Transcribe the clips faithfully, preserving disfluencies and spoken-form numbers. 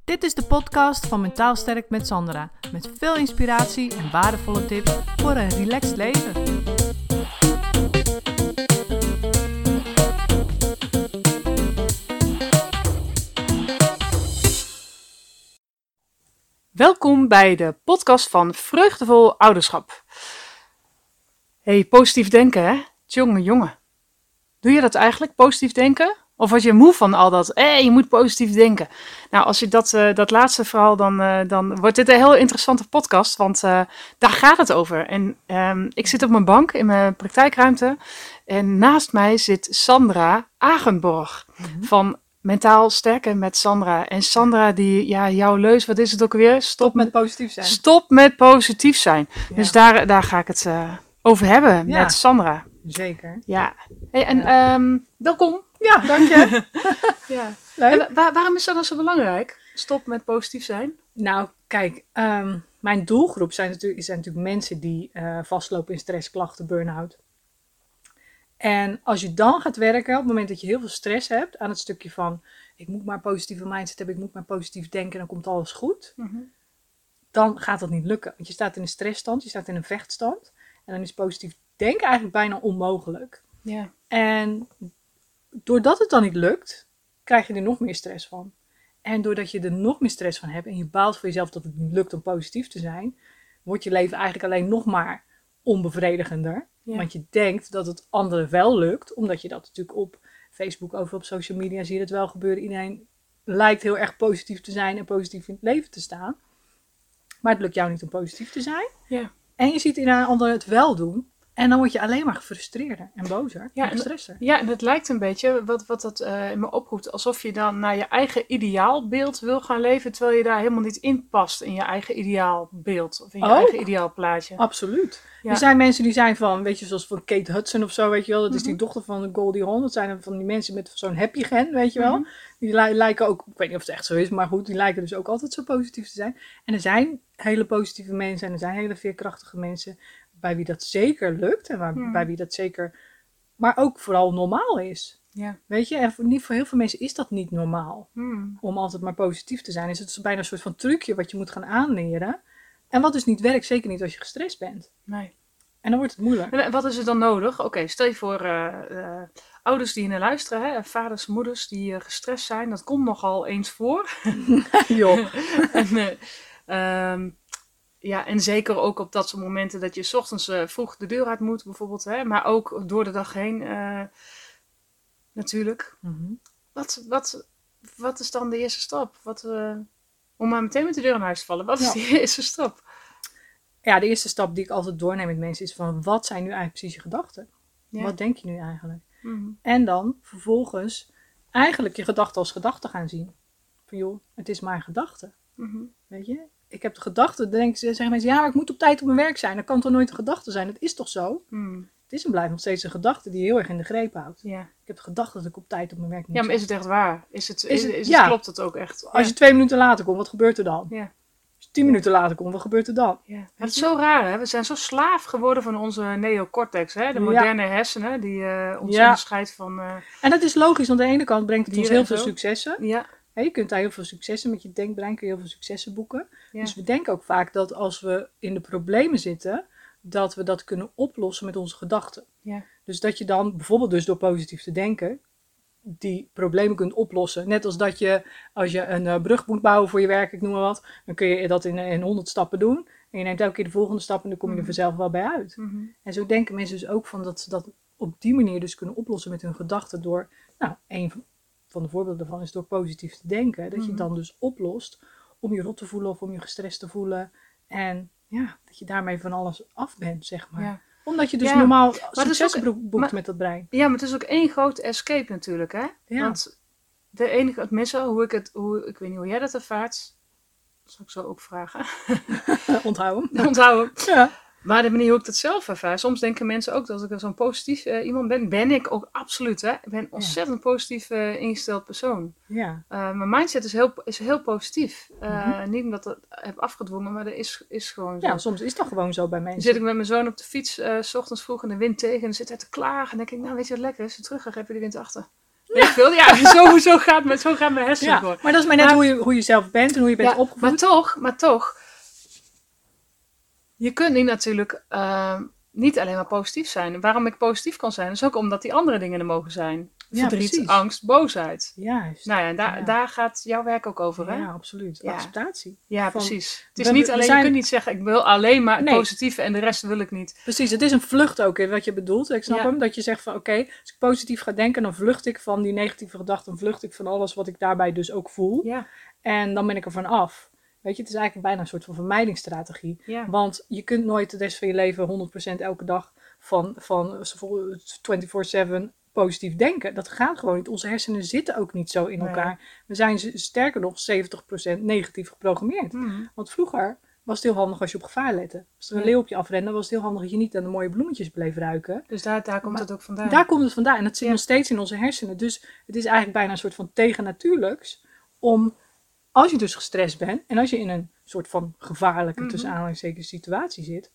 Dit is de podcast van Mentaal Sterk met Sandra. Met veel inspiratie en waardevolle tips voor een relaxed leven. Welkom bij de podcast van Vreugdevol Ouderschap. Hey, positief denken hè? Jongen, jongen. Doe je dat eigenlijk, positief denken? Of word je moe van al dat, hé, hey, je moet positief denken. Nou, als je dat, uh, dat laatste vooral, dan, uh, dan wordt dit een heel interessante podcast. Want uh, daar gaat het over. En um, ik zit op mijn bank in mijn praktijkruimte. En naast mij zit Sandra Agenborg mm-hmm. van Mentaal Sterken met Sandra. En Sandra, die, ja, jouw leus, wat is het ook alweer? Stop, Stop met positief zijn. Stop met positief zijn. Ja. Dus daar, daar ga ik het uh, over hebben ja. met Sandra. Zeker. Ja. Hey, en ja. Um, welkom. Ja, dank je. ja. En waar, waarom is dat dan zo belangrijk? Stop met positief zijn? Nou, kijk, um, mijn doelgroep zijn natuurlijk, zijn natuurlijk mensen die uh, vastlopen in stressklachten, burn-out. En als je dan gaat werken, op het moment dat je heel veel stress hebt, aan het stukje van, ik moet maar een positieve mindset hebben, ik moet maar positief denken, dan komt alles goed. Mm-hmm. Dan gaat dat niet lukken. Want je staat in een stressstand, je staat in een vechtstand. En dan is positief denken eigenlijk bijna onmogelijk. Ja. En doordat het dan niet lukt, krijg je er nog meer stress van. En doordat je er nog meer stress van hebt en je baalt voor jezelf dat het niet lukt om positief te zijn, wordt je leven eigenlijk alleen nog maar onbevredigender. Ja. Want je denkt dat het anderen wel lukt, omdat je dat natuurlijk op Facebook, overal op social media zie je het wel gebeuren. Iedereen lijkt heel erg positief te zijn en positief in het leven te staan. Maar het lukt jou niet om positief te zijn. Ja. En je ziet iedereen anderen het wel doen. En dan word je alleen maar gefrustreerder en bozer ja, en gestresser. Ja, en het lijkt een beetje, wat, wat dat uh, in me oproept, alsof je dan naar je eigen ideaalbeeld wil gaan leven, terwijl je daar helemaal niet in past in je eigen ideaalbeeld. Of in je oh, eigen ideaalplaatje. Absoluut. Ja. Er zijn mensen die zijn van, weet je, zoals van Kate Hudson of zo, weet je wel. Dat is mm-hmm. die dochter van de Goldie Hawn. Dat zijn van die mensen met zo'n happy gen, weet je wel. Mm-hmm. Die li- lijken ook, ik weet niet of het echt zo is, maar goed, die lijken dus ook altijd zo positief te zijn. En er zijn hele positieve mensen en er zijn hele veerkrachtige mensen bij wie dat zeker lukt en waar, hmm. bij wie dat zeker, maar ook vooral normaal is. Ja. Weet je, en voor, niet voor heel veel mensen is dat niet normaal. Hmm. Om altijd maar positief te zijn. Is het bijna een soort van trucje wat je moet gaan aanleren. En wat dus niet werkt, zeker niet als je gestrest bent. Nee. En dan wordt het moeilijk. En wat is er dan nodig? Oké, okay, stel je voor uh, uh, ouders die naar luisteren, hè, vaders, moeders die uh, gestrest zijn. Dat komt nogal eens voor. Joh. en, uh, um, Ja, en zeker ook op dat soort momenten dat je 's ochtends uh, vroeg de deur uit moet bijvoorbeeld. Hè, maar ook door de dag heen uh, natuurlijk. Mm-hmm. Wat, wat, wat is dan de eerste stap? Wat, uh, om maar meteen met de deur in huis te vallen. Wat is ja. de eerste stap? Ja, de eerste stap die ik altijd doorneem met mensen is van, wat zijn nu eigenlijk precies je gedachten? Ja. Wat denk je nu eigenlijk? Mm-hmm. En dan vervolgens eigenlijk je gedachten als gedachten gaan zien. Van joh, het is maar een gedachte. Mm-hmm. Weet je? Ik heb de gedachte, dan denken, zeggen mensen, ja, maar ik moet op tijd op mijn werk zijn. Dat kan toch nooit een gedachte zijn? Dat is toch zo? Mm. Het is en blijft nog steeds een gedachte die je heel erg in de greep houdt. Ja. Ik heb de gedachte dat ik op tijd op mijn werk moet Ja, maar zijn. is het echt waar? Is het, is, is het, is het, ja. klopt het ook echt? Als ja. je twee minuten later komt, wat gebeurt er dan? Ja. Als je tien ja. minuten later komt, wat gebeurt er dan? Ja. Het is zo raar, hè? We zijn zo slaaf geworden van onze neocortex, hè? De moderne ja. hersenen die uh, ons ja. onderscheidt van... Uh, en dat is logisch, want aan de ene kant brengt het ons heel veel successen. Ja. He, je kunt daar heel veel successen met je denkbrein, kun je heel veel successen boeken. Ja. Dus we denken ook vaak dat als we in de problemen zitten, dat we dat kunnen oplossen met onze gedachten. Ja. Dus dat je dan bijvoorbeeld dus door positief te denken, die problemen kunt oplossen. Net als dat je, als je een uh, brug moet bouwen voor je werk, ik noem maar wat, dan kun je dat in, in honderd stappen doen. En je neemt elke keer de volgende stap en dan kom je mm-hmm. er vanzelf wel bij uit. Mm-hmm. En zo denken mensen dus ook van dat ze dat op die manier dus kunnen oplossen met hun gedachten door, nou, één van van de voorbeelden daarvan is door positief te denken. Dat mm-hmm. je dan dus oplost om je rot te voelen of om je gestrest te voelen. En ja, dat je daarmee van alles af bent, zeg maar. Ja. Omdat je dus ja, normaal succes boekt maar, met dat brein. Ja, maar het is ook één grote escape natuurlijk, hè? Ja. Want de enige, tenminste, hoe ik het, hoe, ik weet niet hoe jij dat ervaart. Dat zal ik zo ook vragen. Onthouden. Onthouden. Ja. Maar de manier hoe ik dat zelf ervaar. Soms denken mensen ook dat ik zo'n positief uh, iemand ben. Ben ik ook absoluut, hè? Ik ben een ontzettend ja. positief uh, ingesteld persoon. Ja. Uh, mijn mindset is heel, is heel positief. Uh, mm-hmm. Niet omdat ik dat heb afgedwongen, maar dat is, is gewoon zo. Ja, soms is dat gewoon zo bij mensen. Dan zit ik met mijn zoon op de fiets, uh, 's ochtends vroeg en de wind tegen. En dan zit hij te klagen. En dan denk ik, nou weet je wat lekker is? Terug, dan heb je de wind achter. weet ik veel. Ja, zo, zo, gaat mijn, zo gaat mijn hersenen Ja, gewoon. maar dat is maar net Maar- hoe, je, hoe je zelf bent en hoe je bent Ja, opgevoed. maar toch, maar toch. Je kunt niet natuurlijk uh, niet alleen maar positief zijn. Waarom ik positief kan zijn, is ook omdat die andere dingen er mogen zijn. Ja, Verdriet, precies. angst, boosheid. Juist. Nou ja, daar, Ja. daar gaat jouw werk ook over, hè? Ja, absoluut. Ja. Acceptatie. Ja, Van- precies. Het is we- niet we alleen, zijn- je kunt niet zeggen, ik wil alleen maar het Nee. positieve en de rest wil ik niet. Precies, het is een vlucht ook, hè, wat je bedoelt. Ik snap Ja. hem, dat je zegt van oké, als ik positief ga denken, dan vlucht ik van die negatieve gedachten, dan vlucht ik van alles wat ik daarbij dus ook voel. Ja, En dan ben ik er van af. Weet je, het is eigenlijk bijna een soort van vermijdingsstrategie. ja. Want je kunt nooit de rest van je leven honderd procent elke dag van, van vierentwintig zeven positief denken. Dat gaat gewoon niet. Onze hersenen zitten ook niet zo in Nee. elkaar. We zijn z- sterker nog zeventig procent negatief geprogrammeerd. Mhm. Want vroeger was het heel handig als je op gevaar lette. Als er een Ja. leeuw op je afrende, was het heel handig dat je niet aan de mooie bloemetjes bleef ruiken. Dus daar, daar komt Maar het ook vandaan. Daar komt het vandaan. En dat zit Ja. nog steeds in onze hersenen. Dus het is eigenlijk bijna een soort van tegennatuurlijks om, als je dus gestrest bent en als je in een soort van gevaarlijke, Mhm. tussen aanhalingstekens, situatie zit,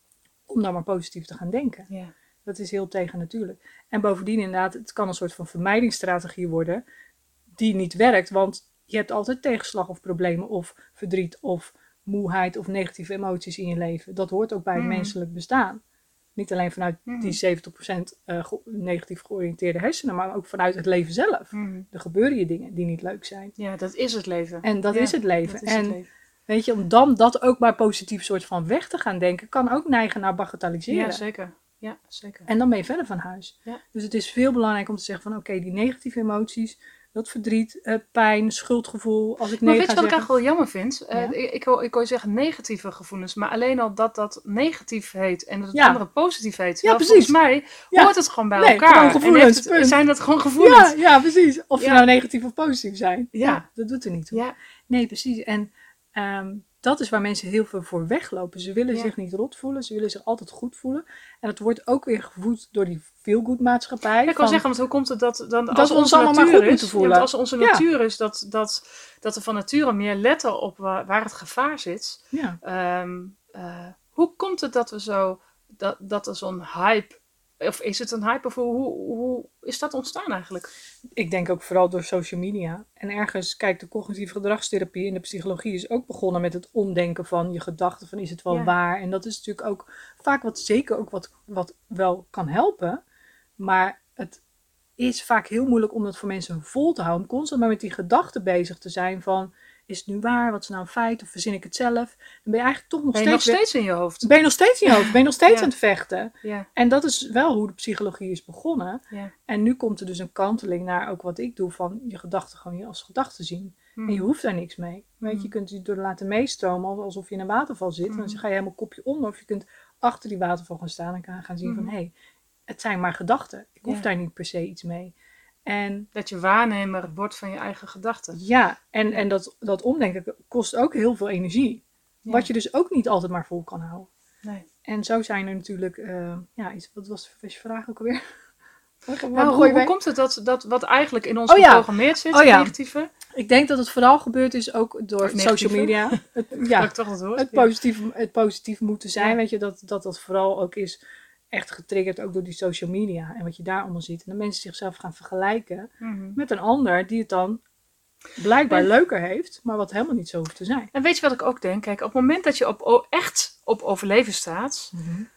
om dan maar positief te gaan denken. Ja. Dat is heel tegennatuurlijk. En bovendien inderdaad, het kan een soort van vermijdingsstrategie worden die niet werkt, want je hebt altijd tegenslag of problemen of verdriet of moeheid of negatieve emoties in je leven. Dat hoort ook bij het Mhm. menselijk bestaan. Niet alleen vanuit Mhm. die zeventig procent uh, ge- negatief georiënteerde hersenen, maar ook vanuit het leven zelf. Mhm. Er gebeuren je dingen die niet leuk zijn. Ja, dat is het leven. En dat Ja, is het leven. Dat is en het leven. weet je, om dan dat ook maar positief soort van weg te gaan denken, kan ook neigen naar bagatelliseren. Ja, zeker. Ja, zeker. En dan ben je verder van huis. Ja. Dus het is veel belangrijk om te zeggen van oké, die negatieve emoties, dat verdriet, eh, pijn, schuldgevoel, als ik Maar nee weet je ga wat ik zeggen. eigenlijk wel jammer vind? Eh, Ja. ik, ik, hoor, ik hoor je zeggen negatieve gevoelens, maar alleen al dat dat negatief heet en dat het Ja. andere positief heet. Ja, Terwijl precies. volgens mij Ja. hoort het gewoon bij Nee, elkaar. gewoon gevoelens, En heeft het- punt. zijn dat gewoon gevoelens. Ja, ja, precies. Of ze Ja. nou negatief of positief zijn. Ja. Ja, dat doet er niet toe. Ja, Nee, precies. En ehm, dat is waar mensen heel veel voor weglopen. Ze willen Ja. zich niet rot voelen. Ze willen zich altijd goed voelen. En dat wordt ook weer gevoed door die feelgood maatschappij. Ja, ik wil zeggen, want hoe komt het dat, dan, Dat als we ons onze allemaal maar natuur goed is, moeten ja, voelen. want als onze Ja. natuur is dat, dat, dat we van nature meer letten op waar, waar het gevaar zit, Ja. ehm, eh, hoe komt het dat we zo, dat, dat er zo'n hype, of is het een hype, of hoe, hoe, hoe is dat ontstaan eigenlijk? Ik denk ook vooral door social media. En ergens, kijk, de cognitieve gedragstherapie in de psychologie is ook begonnen met het omdenken van je gedachten, van is het wel Ja. waar? En dat is natuurlijk ook vaak wat zeker ook wat, wat wel kan helpen. Maar het is vaak heel moeilijk om dat voor mensen vol te houden. Om constant maar met die gedachten bezig te zijn van, is het nu waar? Wat is nou een feit? Of verzin ik het zelf? Dan ben je eigenlijk toch nog Ben je steeds... nog weer- steeds in je hoofd? Ben je nog steeds in je hoofd? Ben je nog steeds Ja. aan het vechten? Ja, En dat is wel hoe de psychologie is begonnen. ja. En nu komt er dus een kanteling naar ook wat ik doe, van je gedachten gewoon als gedachten zien. Hm. En je hoeft daar niks mee. Weet je, Mm. je kunt je door laten meestromen alsof je in een waterval zit. En Mm. dan ga je helemaal kopje onder. Of je kunt achter die waterval gaan staan en gaan gaan zien Mm. van hé, hey, het zijn maar gedachten. Ik hoef Ja. daar niet per se iets mee. En Dat je waarnemer wordt van je eigen gedachten. ja, en, en dat, dat omdenken kost ook heel veel energie. Ja. Wat je dus ook niet altijd maar vol kan houden. Nee. En zo zijn er natuurlijk, eh, ja, iets, wat was de vraag ook alweer? Wat Nou, begon hoe, je hoe bij? komt het dat, dat wat eigenlijk in ons Oh ja. geprogrammeerd zit, Oh het ja. negatieve? Ik denk dat het vooral gebeurd is ook door Of negatieve. social media. Het, Dat ja, ik toch dat hoor. het Ja. positief, het positief moeten zijn. Ja. Weet je, dat, dat dat vooral ook is echt getriggerd ook door die social media. En wat je daar allemaal ziet. En dat mensen zichzelf gaan vergelijken Mhm. met een ander die het dan blijkbaar En- leuker heeft. Maar wat helemaal niet zo hoeft te zijn. En weet je wat ik ook denk? Kijk, op het moment dat je op, o- echt op overleven staat.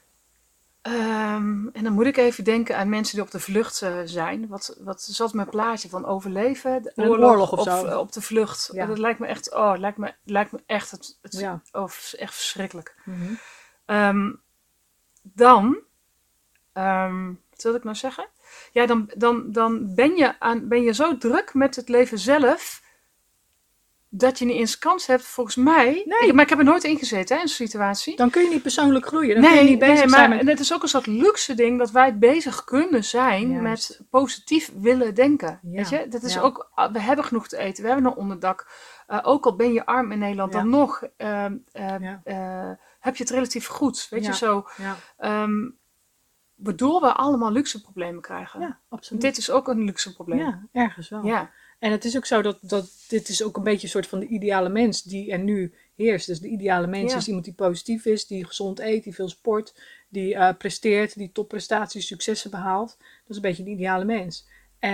ehm, en dan moet ik even denken aan mensen die op de vlucht eh, zijn. Wat, wat zat mijn plaatje van overleven? De Een oorlog, oorlog of of, zo. eh, op de vlucht. Ja. Dat lijkt me echt, oh, lijkt me, lijkt me echt, het, het, Ja. oh, het is echt verschrikkelijk. Mhm. Ehm, dan, ehm, wat wil ik nou zeggen? Ja, dan, dan, dan ben, je aan, ben je zo druk met het leven zelf, dat je niet eens kans hebt, volgens mij. Nee. Ik- maar ik heb er nooit in gezeten, hè, in zo'n situatie. Dan kun je niet persoonlijk groeien. Dan kun je niet bezig nee, zijn maar met... het is ook een soort luxe ding dat wij bezig kunnen zijn Juist. met positief willen denken. Ja, Weet je? Dat is ja. ook, we hebben genoeg te eten, we hebben een onderdak. Uh, ook al ben je arm in Nederland, Ja. dan nog ehm, ehm, Ja. eh, heb je het relatief goed. Weet Ja. je zo? Ja, Ehm, waardoor we allemaal luxe problemen krijgen. ja, absoluut. Dit is ook een luxe probleem. Ja, ergens wel. Ja. En het is ook zo dat, dat dit is ook een beetje een soort van de ideale mens die er nu heerst. Dus de ideale mens Ja. is iemand die positief is, die gezond eet, die veel sport, die eh, presteert, die topprestaties, successen behaalt. Dat is een beetje de ideale mens. En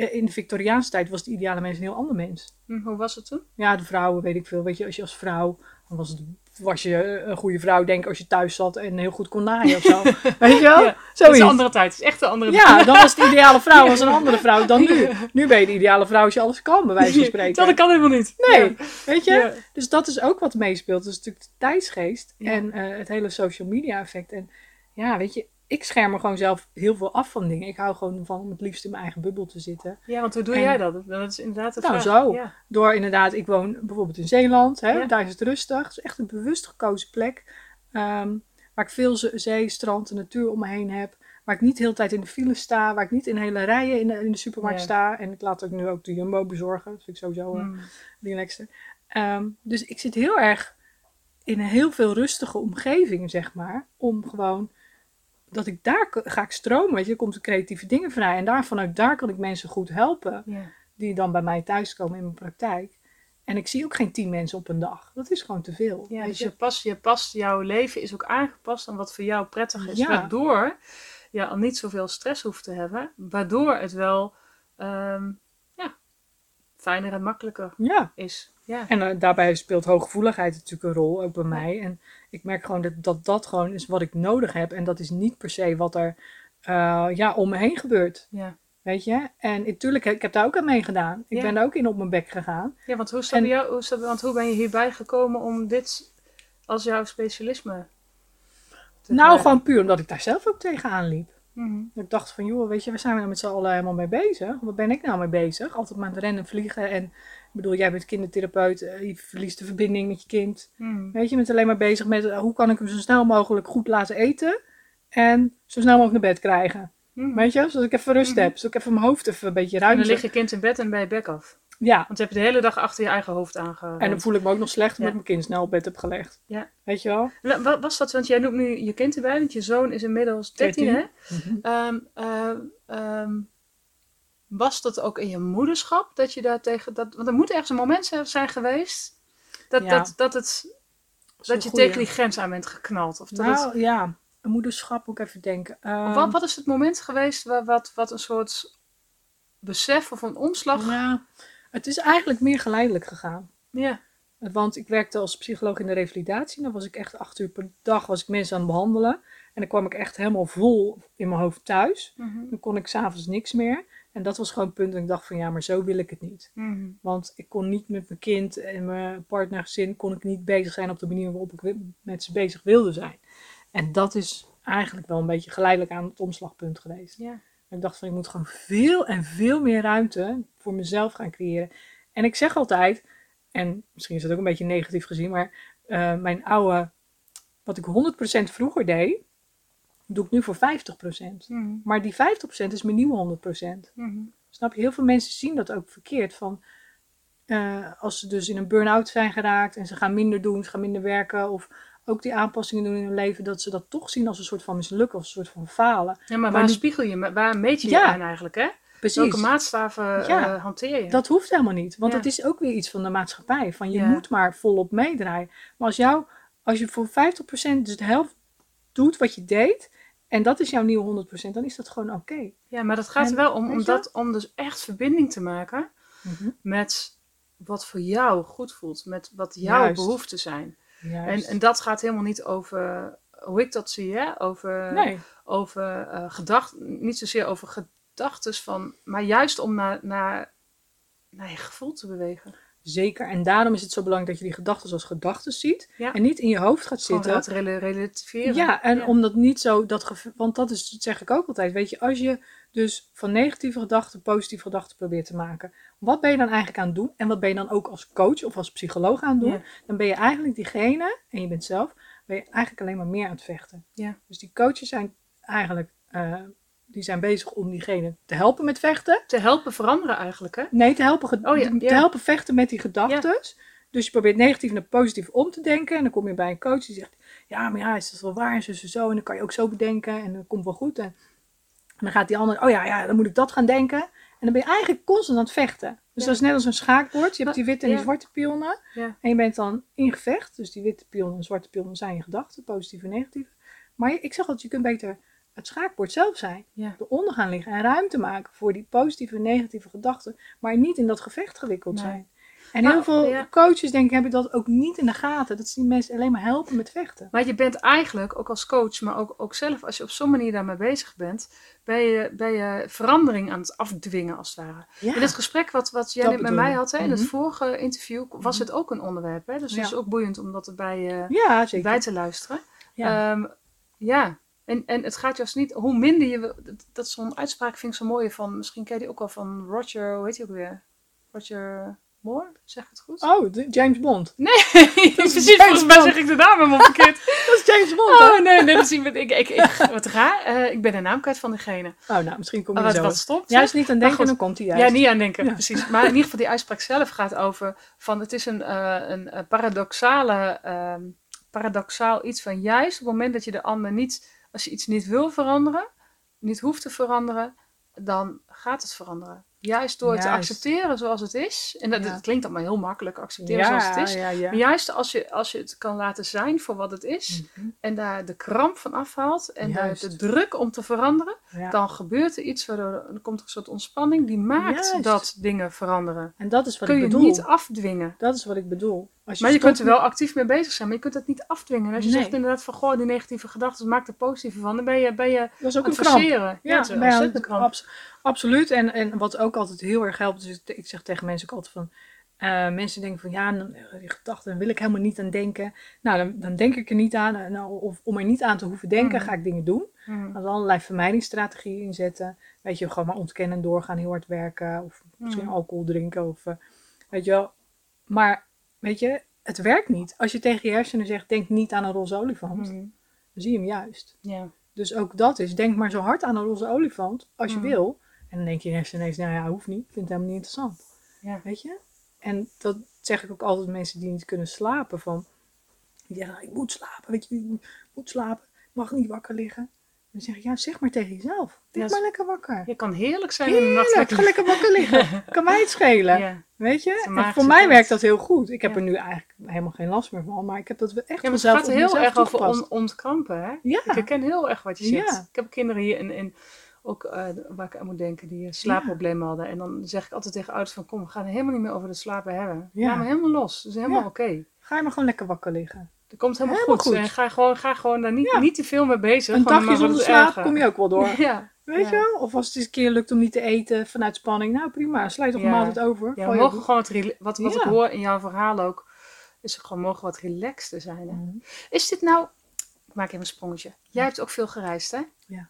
in de Victoriaanse tijd was de ideale mens een heel ander mens. Hm, hoe was het toen? Ja, de vrouwen, weet ik veel. Weet je, als je als vrouw, dan was, het, was je een goede vrouw, denk ik, als je thuis zat en heel goed kon naaien of zo. Weet je wel? Ja, Zoiets. dat is een andere tijd. Het is echt een andere tijd. Ja, dan was de ideale vrouw was een andere vrouw dan nu. Nu ben je de ideale vrouw als je alles kan, bij wijze van spreken. Dat kan helemaal niet. Nee, Ja. weet je? Ja. Dus dat is ook wat meespeelt. Dus natuurlijk de tijdsgeest Ja. en uh, het hele social media effect. En ja, weet je, ik scherm er gewoon zelf heel veel af van dingen. Ik hou gewoon van om het liefst in mijn eigen bubbel te zitten. Ja, want hoe doe En- jij dat? Dat is inderdaad de Nou, vraag. zo. Ja. Door inderdaad, ik woon bijvoorbeeld in Zeeland. Hè, Ja. Daar is het rustig. Het is echt een bewust gekozen plek. ehm, waar ik veel ze- zee, strand en natuur om me heen heb. Waar ik niet de hele tijd in de file sta. Waar ik niet in hele rijen in de, in de supermarkt Ja. sta. En ik laat ook nu ook de Jumbo bezorgen. Dat vind ik sowieso uh, Hm. relaxter. Ehm, dus ik zit heel erg in een heel veel rustige omgeving, zeg maar. Om gewoon, dat ik daar k- ga ik stromen. Weet je, er komt de creatieve dingen vrij. En daar, vanuit daar kan ik mensen goed helpen. Ja. Die dan bij mij thuiskomen in mijn praktijk. En ik zie ook geen tien mensen op een dag. Dat is gewoon te veel. Ja, weet dus je? je past, je past, jouw leven is ook aangepast aan wat voor jou prettig is. Ja. Waardoor je al niet zoveel stress hoeft te hebben. Waardoor het wel ehm, ja, fijner en makkelijker Ja. is. Ja. En uh, daarbij speelt hooggevoeligheid natuurlijk een rol, ook bij mij. En ik merk gewoon dat, dat dat gewoon is wat ik nodig heb. En dat is niet per se wat er uh, ja, om me heen gebeurt. Ja. Weet je? En natuurlijk, ik heb daar ook aan meegedaan. Ik Ja. ben daar ook in op mijn bek gegaan. Ja, want hoe, is dat En- bij jou, hoe, is dat, want hoe ben je hierbij gekomen om dit als jouw specialisme te Nou, krijgen? gewoon puur omdat ik daar zelf ook tegenaan liep. Mhm. Dat ik dacht van, joh, weet je, waar zijn we nou met z'n allen helemaal mee bezig? Wat ben ik nou mee bezig? Altijd maar aan het rennen en vliegen. En ik bedoel, jij bent kindertherapeut. eh, Je verliest de verbinding met je kind. Mhm. Weet je, je bent alleen maar bezig met uh, hoe kan ik hem zo snel mogelijk goed laten eten. En zo snel mogelijk naar bed krijgen. Mhm. Weet je, zodat ik even rust Mhm. heb. Zodat ik even mijn hoofd even een beetje En ruimte. dan lig je kind in bed en ben je bek af. Ja, Want je hebt de hele dag achter je eigen hoofd aangehouden. en dan voel ik me ook nog slecht omdat Ja. ik mijn kind snel op bed heb gelegd. Ja. Weet je wel? Wat was dat? Want jij noemt nu je kind erbij, want je zoon is inmiddels dertien, hè? Mhm. Ehm, ehm, ehm, was dat ook in je moederschap dat je daar tegen dat? Want er moet ergens een moment zijn geweest dat, Ja. dat, dat, het, Dat is dat een je goeie. tegen die grens aan bent geknald. Of dat het, Nou ja, een moederschap moet ik even denken. Ehm, wat, wat is het moment geweest waar wat, wat een soort besef of een omslag? Ja, het is eigenlijk meer geleidelijk gegaan. Ja. Want ik werkte als psycholoog in de revalidatie. Dan was ik echt acht uur per dag was ik mensen aan het behandelen. En dan kwam ik echt helemaal vol in mijn hoofd thuis. Mhm. Dan kon ik s'avonds niks meer. En dat was gewoon het punt dat ik dacht van ja, maar zo wil ik het niet. Mhm. Want ik kon niet met mijn kind en mijn partner, gezin, kon ik niet bezig zijn op de manier waarop ik wi- met ze bezig wilde zijn. En dat is eigenlijk wel een beetje geleidelijk aan het omslagpunt geweest. Ja. Ik dacht van, ik moet gewoon veel en veel meer ruimte voor mezelf gaan creëren. En ik zeg altijd, en misschien is dat ook een beetje negatief gezien, maar uh, mijn oude, wat ik honderd procent vroeger deed, doe ik nu voor vijftig procent. Mhm. Maar die vijftig procent is mijn nieuwe honderd procent. Mhm. Snap je? Heel veel mensen zien dat ook verkeerd. Van, uh, als ze dus in een burn-out zijn geraakt en ze gaan minder doen, ze gaan minder werken of ook die aanpassingen doen in hun leven, dat ze dat toch zien als een soort van mislukken of een soort van falen. Ja, maar, Maar waar nu- spiegel je, waar meet je je Ja. aan eigenlijk, hè? Welke Precies. maatstaven Ja. eh, hanteer je? Dat hoeft helemaal niet. Want Ja. het is ook weer iets van de maatschappij. Van je Ja. moet maar volop meedraaien. Maar als, jou, als je voor vijftig procent dus de helft doet wat je deed, en dat is jouw nieuwe honderd procent, dan is dat gewoon oké. Ja, maar dat gaat En, er wel om, weet om, je dat, om dus echt verbinding te maken met wat voor jou goed voelt. Met wat jouw Juist. behoeften zijn. En, Juist. en dat gaat helemaal niet over hoe ik dat zie, hè? Over, nee, over eh gedachten, niet zozeer over gedachten van, maar juist om naar, naar, naar je gevoel te bewegen. zeker. En daarom is het zo belangrijk dat je die gedachten als gedachten ziet. Ja. En niet in je hoofd gaat Gewoon zitten. dat rela- relativeren. Ja, en Ja. omdat niet zo dat gev- want dat is, dat zeg ik ook altijd, weet je, als je dus van negatieve gedachten positieve gedachten probeert te maken, wat ben je dan eigenlijk aan het doen? En wat ben je dan ook als coach of als psycholoog aan het doen? Ja. Dan ben je eigenlijk diegene, en je bent zelf, ben je eigenlijk alleen maar meer aan het vechten. Ja. Dus die coaches zijn eigenlijk, uh, die zijn bezig om diegene te helpen met vechten. Te helpen veranderen eigenlijk, hè? Nee, te helpen, ge- Oh ja, te ja. helpen vechten met die gedachten. Dus je probeert negatief naar positief om te denken. En dan kom je bij een coach die zegt, ja, maar ja, is dat wel waar? Zo, zo, zo. En dan kan je ook zo bedenken. En dat komt wel goed. En, en dan gaat die ander, oh ja, ja, dan moet ik dat gaan denken. En dan ben je eigenlijk constant aan het vechten. Dus Ja. dat is net als een schaakbord. Je hebt die witte en die Ja. zwarte pionnen. Ja. En je bent dan in gevecht. Dus die witte pionnen en zwarte pionnen zijn je gedachten. Positief en negatief. Maar je- ik zeg altijd, je kunt beter het schaakbord zelf zijn. Ja. Eronder gaan liggen en ruimte maken voor die positieve en negatieve gedachten. Maar niet in dat gevecht gewikkeld Nee. zijn. En Nou, heel veel ja. coaches denk ik hebben dat ook niet in de gaten. Dat ze die mensen alleen maar helpen met vechten. Maar je bent eigenlijk, ook als coach, maar ook, ook zelf, als je op zo'n manier daarmee bezig bent, ben je, ben je verandering aan het afdwingen als het ware. Ja. In het gesprek wat, wat jij Dat net met bedoel mij je. had, hè, in het Mhm. vorige interview, was Mhm. het ook een onderwerp. Hè? Dus Ja. het is ook boeiend om dat erbij eh, Ja, zeker. bij te luisteren. Ja. Ja, ja. En, en het gaat juist niet, hoe minder je, wil- dat, dat is zo'n uitspraak vind ik zo mooi van, misschien ken je die ook wel van Roger, hoe heet hij ook weer? Roger Moore, zeg ik het goed? Oh, de- James Bond. Nee, precies, James volgens mij Bond. zeg ik de naam helemaal verkeerd. Dat is James Bond, hè? Oh nee, nee, dat is iemand, ik, ik, ik, wat raar, eh, ik ben de naam kwijt van degene. Oh, nou, misschien kom je Oh, wat, zo. wat stopt? Juist niet aan Maar denken, goed. dan komt hij juist. Ja, niet aan denken, Ja. precies. Maar in ieder geval die uitspraak zelf gaat over van het is een, eh, een eh, paradoxale, ehm, paradoxaal iets van juist op het moment dat je de ander niet, als je iets niet wil veranderen, niet hoeft te veranderen, dan gaat het veranderen. Juist door het te Juist. accepteren zoals het is. En dat, Ja. dat klinkt allemaal heel makkelijk, accepteren Ja, zoals het is. ja, ja. Maar juist als je, als je het kan laten zijn voor wat het is, Mhm. en daar de kramp van afhaalt en de, Juist. de druk om te veranderen, Ja. dan gebeurt er iets waardoor er, er komt er een soort ontspanning die maakt Juist. dat dingen veranderen. En dat is wat Kun ik je bedoel. niet afdwingen. Dat is wat ik bedoel. Als Maar je stopt kunt er wel actief mee bezig zijn, maar je kunt het niet afdwingen. En als je Nee. zegt inderdaad van, goh, die negatieve gedachten, maak er positieve van, dan ben je, ben je met- Dat is ook aan een het kramp. forceren. Ja, het is een bij- ontzettend kramp. abs- absoluut. En, en wat ook altijd heel erg helpt, is ik zeg tegen mensen ook altijd van, eh, mensen denken van, ja, dan, die gedachten daar wil ik helemaal niet aan denken. Nou, dan, dan denk ik er niet aan. En nou, of om er niet aan te hoeven denken, Mhm. ga ik dingen doen. Mhm. Dan allerlei vermijdingsstrategieën inzetten. Weet je, gewoon maar ontkennen, doorgaan, heel hard werken. Of misschien Mhm. alcohol drinken. Of, eh, weet je wel. Maar, weet je, het werkt niet. Als je tegen je hersenen zegt, denk niet aan een roze olifant. Mhm. Dan zie je hem juist. Ja. Dus ook dat is, denk maar zo hard aan een roze olifant als je Mhm. wil. En dan denk je in hersenen ineens, nou ja, hoeft niet. Ik vind het helemaal niet interessant. Ja. Weet je? En dat zeg ik ook altijd mensen die niet kunnen slapen. Van, die zeggen, nou, ik moet slapen. Weet je, ik moet slapen. Ik mag niet wakker liggen. En dan zeg ik, ja, zeg maar tegen jezelf. Lig Ja, maar lekker wakker. Je kan heerlijk zijn in de nacht. Heerlijk, ga lekker wakker liggen. Kan mij het schelen. Ja. Weet je? Ze En maakt voor je mij dat. werkt dat heel goed. Ik heb Ja. er nu eigenlijk helemaal geen last meer van. Maar ik heb dat echt Ja, maar het vanzelf gaat op heel mezelf erg over toegepast. on, ontkrampen, hè? Ja. Ik herken heel erg wat je zegt. Ja. Ik heb kinderen hier in, in ook eh, waar ik aan moet denken, die eh, slaapproblemen hadden. En dan zeg ik altijd tegen ouders van, kom, we gaan het helemaal niet meer over de slapen hebben. Ja. Laat me helemaal los. Dat is helemaal Ja. oké. Ga je maar gewoon lekker wakker liggen. Dat komt helemaal, Helemaal goed. goed. En ga gewoon, ga gewoon daar niet, Ja. niet te veel mee bezig. Een Gewoon dagje maar wat zonder het slaap erger. kom je ook wel door. Ja. Weet Ja. je wel? Of als het eens een keer lukt om niet te eten vanuit spanning. Nou prima, sluit toch Ja. een maaltijd over. Ja, Gooi we je mogen op. gewoon wat, rela- wat, wat ik Ja. hoor in jouw verhaal ook, is ook gewoon mogen wat relaxter zijn. Hè? Mhm. Is dit nou, ik maak even een sprongetje. Jij hebt ook veel gereisd, hè? Ja.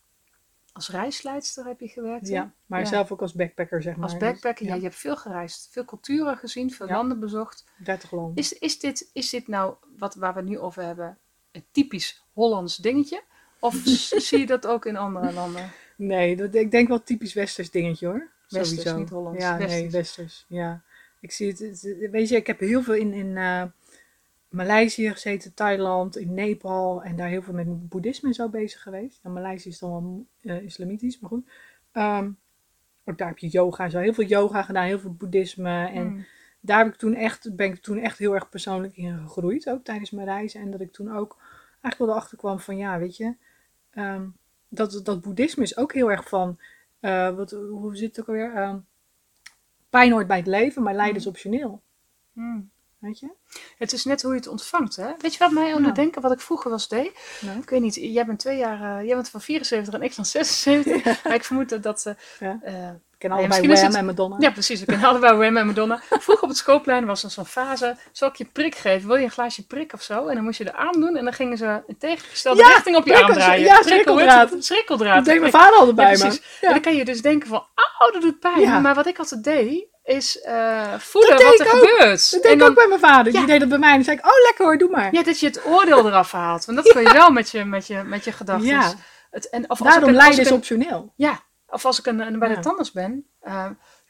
Als reisleidster heb je gewerkt, hè? Ja, maar Ja. zelf ook als backpacker zeg maar. Als backpacker, Dus, ja, je hebt veel gereisd. Veel culturen gezien, veel Ja. landen bezocht. dertig landen. Is, is, dit, is dit nou, wat, waar we het nu over hebben, een typisch Hollands dingetje? Of s- zie je dat ook in andere landen? Nee, dat, ik denk wel typisch westers dingetje hoor. Westers, Sowieso. niet Hollands. Ja, nee, Westers. westers. Ja. Ik zie het, het- weet je, ik heb heel veel in, in eh, Maleisië gezeten, Thailand, in Nepal en daar heel veel met boeddhisme en zo bezig geweest. Nou, Maleisië is dan wel eh, islamitisch, maar goed. Ehm, ook daar heb je yoga en zo. Heel veel yoga gedaan, heel veel boeddhisme. En Hmm. daar heb ik toen echt, ben ik toen echt heel erg persoonlijk in gegroeid, ook tijdens mijn reizen. En dat ik toen ook eigenlijk wel erachter kwam van, ja, weet je, ehm, dat, dat boeddhisme is ook heel erg van, eh, wat, hoe zit het ook alweer? Ehm, pijn hoort bij het leven, maar lijden is optioneel. Hmm. Weet je? Het is net hoe je het ontvangt, hè? Weet je wat mij aan Ja. het denken, wat ik vroeger was deed? Nou, Ik weet niet, jij bent twee jaar, eh, jij bent van vierenzeventig en ik van zesenzeventig. Maar ik vermoed dat dat... eh, Ja. eh, ik ken Nee, allebei misschien is Wham het- en Madonna. ja, precies. We kennen allebei Wham en Madonna. Vroeger op het schoolplein was er zo'n fase. Zal ik je prik geven? Wil je een glaasje prik of zo? En dan moest je de arm doen en dan gingen ze in tegengestelde Ja, richting op je prikkels, arm draaien. ja, Prikkel, schrikkeldraad. hoe heet het? Schrikkeldraad. Dat deed mijn Prik- vader altijd bij Ja, me. precies. Ja. En dan kan je dus denken van, oh, dat doet pijn. Ja. Maar wat ik altijd deed, is eh, voelen Dat deed wat er ik ook. gebeurt. Dat deed en ik dan, ook bij mijn vader. Ja. Die deed dat bij mij. En dan zei ik, oh lekker hoor, doe maar. ja, dat je het oordeel eraf haalt. Want dat kun je wel met je, met je, met je gedachten. Ja. Het, en, of als Daarom ik een- als lijden ik is een- optioneel. Ja, of als ik een, een, bij Ja. de tandarts ben, eh,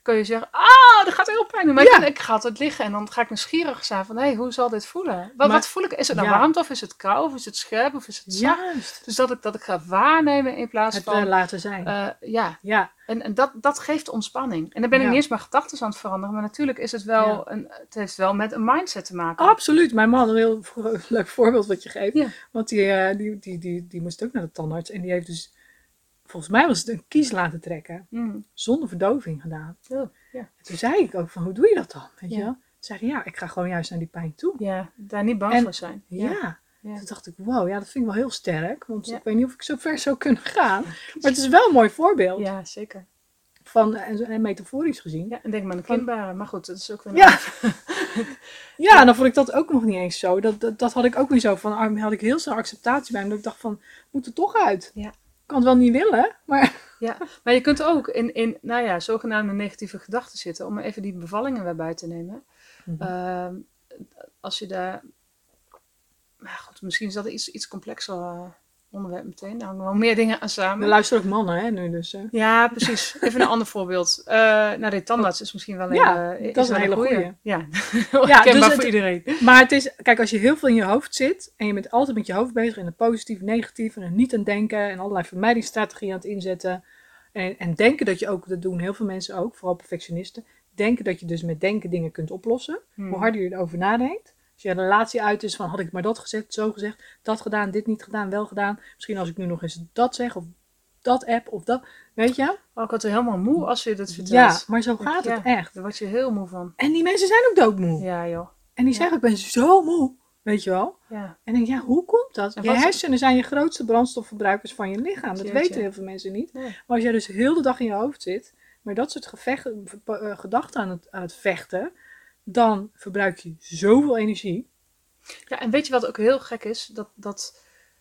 kun je zeggen, ah, dat gaat heel pijn doen. Maar Ja. ik, ik ga altijd liggen en dan ga ik nieuwsgierig zijn van, hé, hey, hoe zal dit voelen? Wat, Maar- wat voel ik? Is het nou ja. warmte of is het koud of is het scherp of is het zacht? Juist. Dus dat ik, dat ik ga waarnemen in plaats Het van, eh, laten zijn. eh, ja. ja. En, en dat, dat geeft ontspanning. En dan ben ik Ja. niet eens mijn gedachten aan het veranderen, maar natuurlijk is het wel, Ja. een, het heeft wel met een mindset te maken. Absoluut. Mijn man, een heel vo- leuk voorbeeld wat je geeft. Ja. Want die, eh, die, die, die, die moest ook naar de tandarts. En die heeft dus, volgens mij was het een kies laten trekken. Mm. Zonder verdoving gedaan. Oh, ja. En toen zei ik ook van, hoe doe je dat dan? Weet je Ja. wel? Toen zei hij, ja, ik ga gewoon juist naar die pijn toe. Ja, daar niet bang En- voor zijn. Ja. Ja. Toen dacht ik, wow, ja, dat vind ik wel heel sterk. Want Ja. ik weet niet of ik zo ver zou kunnen gaan. Maar het is wel een mooi voorbeeld. Ja, zeker. Van, en, en metaforisch gezien. Ja, en denk maar aan de Van- kindbaren. Maar goed, dat is ook weer... een Ja. ander- Ja, en dan vond ik dat ook nog niet eens zo. Dat, dat, dat had ik ook niet zo. Van, ah, had ik heel snel acceptatie bij. Omdat ik dacht van, moet er toch uit. Ja. Ik kan het wel niet willen, maar... Ja, maar je kunt ook in, in nou ja, zogenaamde negatieve gedachten zitten. Om even die bevallingen weer bij te nemen. Ehm, als je daar... Maar goed, misschien is dat iets, iets complexer uh, onderwerp meteen. Daar hangen wel meer dingen aan Er samen. luisteren ook mannen, hè, nu dus. eh. Ja, precies. Even een ander voorbeeld. Uh, nou, de tandarts is misschien wel een, Ja, hele- dat is wel een hele goeie. goeie. Ja, Ja, kenbaar dus voor het- iedereen. Maar het is, kijk, als je heel veel in je hoofd zit en je bent altijd met je hoofd bezig in het positief, negatief en er niet aan denken en allerlei vermijdingsstrategieën aan het inzetten. En, en denken dat je ook, dat doen heel veel mensen ook, vooral perfectionisten, denken dat je dus met denken dingen kunt oplossen. Hmm. Hoe harder je erover nadenkt. Als je relatie uit is van, had ik maar dat gezegd, zo gezegd, dat gedaan, dit niet gedaan, wel gedaan. Misschien als ik nu nog eens dat zeg of dat app of dat, weet je? Oh, ik word er helemaal moe als je dit vertelt. Ja, maar zo gaat Ja. het echt. Daar word je heel moe van. En die mensen zijn ook doodmoe. Ja, joh. En die Ja. zeggen, ik ben zo moe, weet je wel. Ja. En denk, ja, hoe komt dat? En Je wat- hersenen zijn je grootste brandstofverbruikers van je lichaam. Dat Jeetje. weten heel veel mensen niet. Nee. Maar als jij dus heel de dag in je hoofd zit, maar dat soort gevechten, eh, gedachten aan het, aan het vechten, dan verbruik je zoveel energie. Ja, en weet je wat ook heel gek is? Dat, dat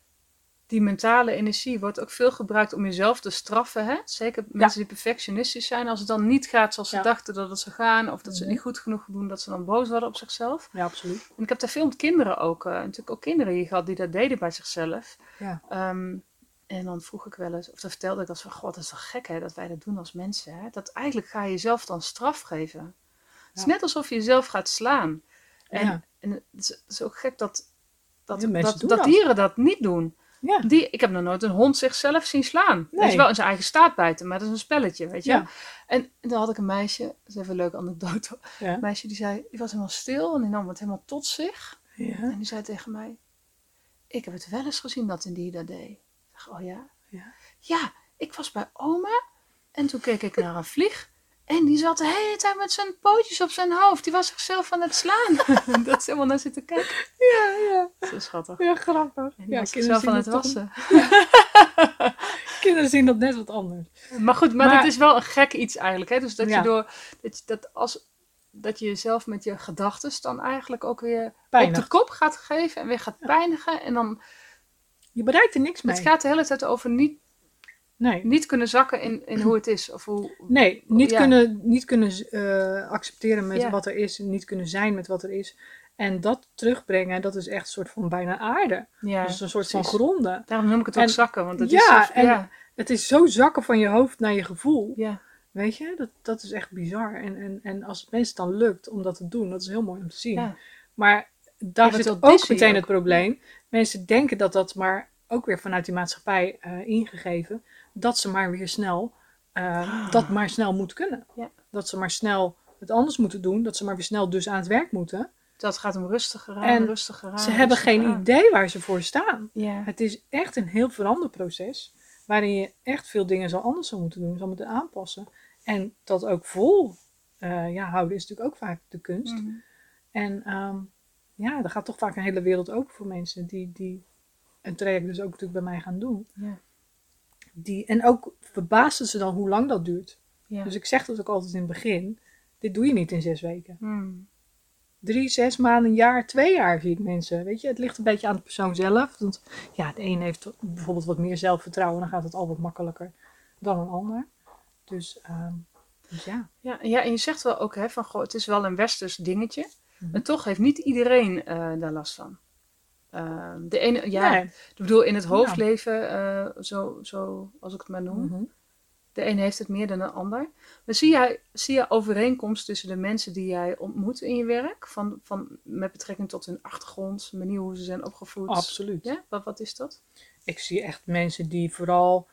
die mentale energie wordt ook veel gebruikt om jezelf te straffen. Hè? Zeker mensen die perfectionistisch zijn. Als het dan niet gaat zoals ze Ja. dachten dat het zou gaan. Of dat ze het Mhm. niet goed genoeg doen. Dat ze dan boos worden op zichzelf. Ja, absoluut. En ik heb daar veel met kinderen ook. Uh, natuurlijk ook kinderen hier gehad die dat deden bij zichzelf. Ja. Um, en dan vroeg ik wel eens. Of dan vertelde ik als van. God, dat is toch gek hè. Dat wij dat doen als mensen. Hè? Dat eigenlijk ga je jezelf dan straf geven. Het is Ja. net alsof je jezelf gaat slaan. En, Ja. en het, is, het is ook gek dat, dat, Ja, mensen dat, doen dat dat. dieren dat niet doen. Ja. Die, ik heb nog nooit een hond zichzelf zien slaan. Nee. Dat is wel in zijn eigen staart bijten, maar dat is een spelletje, weet je. Ja. En, en dan had ik een meisje, dat is even een leuke anekdote. Ja. Een meisje die zei, die was helemaal stil en die nam het helemaal tot zich. Ja. En die zei tegen mij, ik heb het wel eens gezien dat een dier dat deed. Ik zeg, oh ja? Ja. Ja, ik was bij oma en toen keek ik naar een vlieg. En die zat de hele tijd met zijn pootjes op zijn hoofd. Die was zichzelf aan het slaan. Dat is helemaal naar zitten kijken. Ja, ja. Zo schattig. Ja, grappig. En die Ja, was kinderen zichzelf aan zien het dat toch- wassen. Kinderen zien dat net wat anders. Maar goed, maar, Maar- het is wel een gek iets eigenlijk. Hè? Dus dat Ja. je door dat, je, dat, als, dat je jezelf met je gedachten dan eigenlijk ook weer op Pijnigt. de kop gaat geven en weer gaat pijnigen. En dan Je bereikt er niks mee. het gaat de hele tijd over niet, Nee. niet kunnen zakken in, in hoe het is. Of hoe, Nee, niet Ja. kunnen, niet kunnen eh, accepteren met Ja. wat er is. Niet kunnen zijn met wat er is. En dat terugbrengen, dat is echt een soort van bijna aarde. ja, dat is een soort precies. van gronden. Daarom noem ik het ook En- zakken. Want het ja, is zo- en- ja, Het is zo zakken van je hoofd naar je gevoel. ja, Weet je, dat, dat is echt bizar. En, en, en als het mensen dan lukt om dat te doen, dat is heel mooi om te zien. ja. Maar daar wordt zit heel ook dizzy meteen ook. het probleem. Mensen denken dat dat maar, ook weer vanuit die maatschappij eh, ingegeven, dat ze maar weer snel, eh, dat maar snel moet kunnen. Ja. Dat ze maar snel het anders moeten doen. Dat ze maar weer snel dus aan het werk moeten. Dat gaat om rustiger aan, En rustiger aan. ze hebben rustiger geen aan. idee waar ze voor staan. Ja, Het is echt een heel veranderproces. Waarin je echt veel dingen zal anders zou moeten doen. Zal moeten aanpassen. En dat ook vol eh, ja, houden is natuurlijk ook vaak de kunst. Mhm. En ehm, ja, er gaat toch vaak een hele wereld open voor mensen. Die, die een traject dus ook natuurlijk bij mij gaan doen. ja, Die, en ook verbaasden ze dan hoe lang dat duurt. ja. Dus ik zeg dat ook altijd in het begin. Dit doe je niet in zes weken. Hmm. Drie, zes maanden, een jaar, twee jaar zie ik mensen. Weet je, het ligt een beetje aan de persoon zelf. Want ja, de een heeft bijvoorbeeld wat meer zelfvertrouwen. Dan gaat het al wat makkelijker dan een ander. Dus, ehm, dus ja. Ja, ja, en je zegt wel ook, hè, van, goh, het is wel een westers dingetje. Mhm. En toch heeft niet iedereen eh, daar last van. Uh, de ene, ja, Nee. ik bedoel, in het hoofdleven, uh, zo, zo als ik het maar noem, Mhm. De een heeft het meer dan de ander. Maar zie jij, zie jij overeenkomst tussen de mensen die jij ontmoet in je werk? Van, van, met betrekking tot hun achtergrond, manier hoe ze zijn opgevoed? Absoluut. Ja? Wat, wat is dat? Ik zie echt mensen die vooral...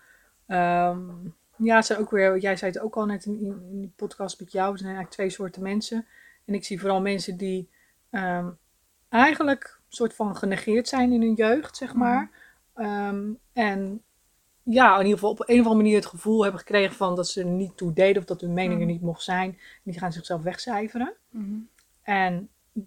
Um, ja, het zijn ook weer... Jij zei het ook al net in, in die podcast met jou. Er zijn eigenlijk twee soorten mensen. En ik zie vooral mensen die um, eigenlijk een soort van genegeerd zijn in hun jeugd, zeg maar. Mm. Um, en ja, in ieder geval op een of andere manier het gevoel hebben gekregen van dat ze er niet toe deden of dat hun mening mm. er niet mocht zijn. En die gaan zichzelf wegcijferen. Mm. En